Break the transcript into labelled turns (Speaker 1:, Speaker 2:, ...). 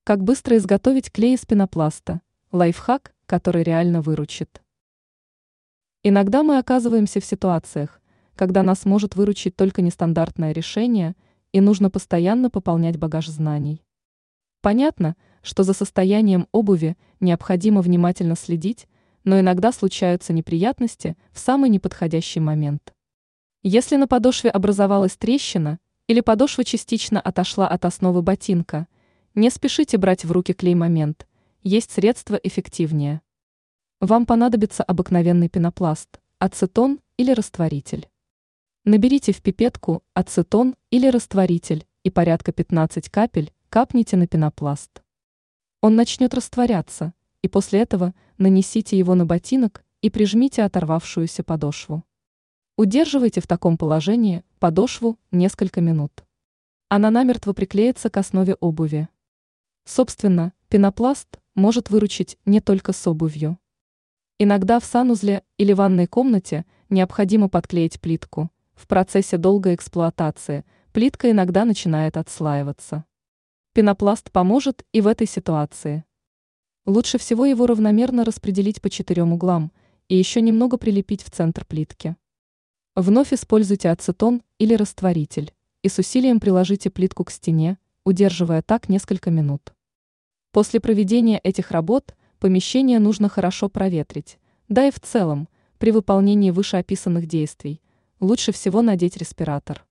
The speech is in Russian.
Speaker 1: Как быстро изготовить клей из пенопласта? Лайфхак, который реально выручит. Иногда мы оказываемся в ситуациях, когда нас может выручить только нестандартное решение, и нужно постоянно пополнять багаж знаний. Понятно, что за состоянием обуви необходимо внимательно следить, но иногда случаются неприятности в самый неподходящий момент. Если на подошве образовалась трещина или подошва частично отошла от основы ботинка, не спешите брать в руки клей-момент, есть средства эффективнее. Вам понадобится обыкновенный пенопласт, ацетон или растворитель. Наберите в пипетку ацетон или растворитель и порядка 15 капель капните на пенопласт. Он начнет растворяться, и после этого нанесите его на ботинок и прижмите оторвавшуюся подошву. Удерживайте в таком положении подошву несколько минут. Она намертво приклеится к основе обуви. Собственно, пенопласт может выручить не только с обувью. Иногда в санузле или ванной комнате необходимо подклеить плитку. В процессе долгой эксплуатации плитка иногда начинает отслаиваться. Пенопласт поможет и в этой ситуации. Лучше всего его равномерно распределить по 4 углам и еще немного прилепить в центр плитки. Вновь используйте ацетон или растворитель и с усилием приложите плитку к стене, удерживая так несколько минут. После проведения этих работ помещение нужно хорошо проветрить, да и в целом, при выполнении вышеописанных действий, лучше всего надеть респиратор.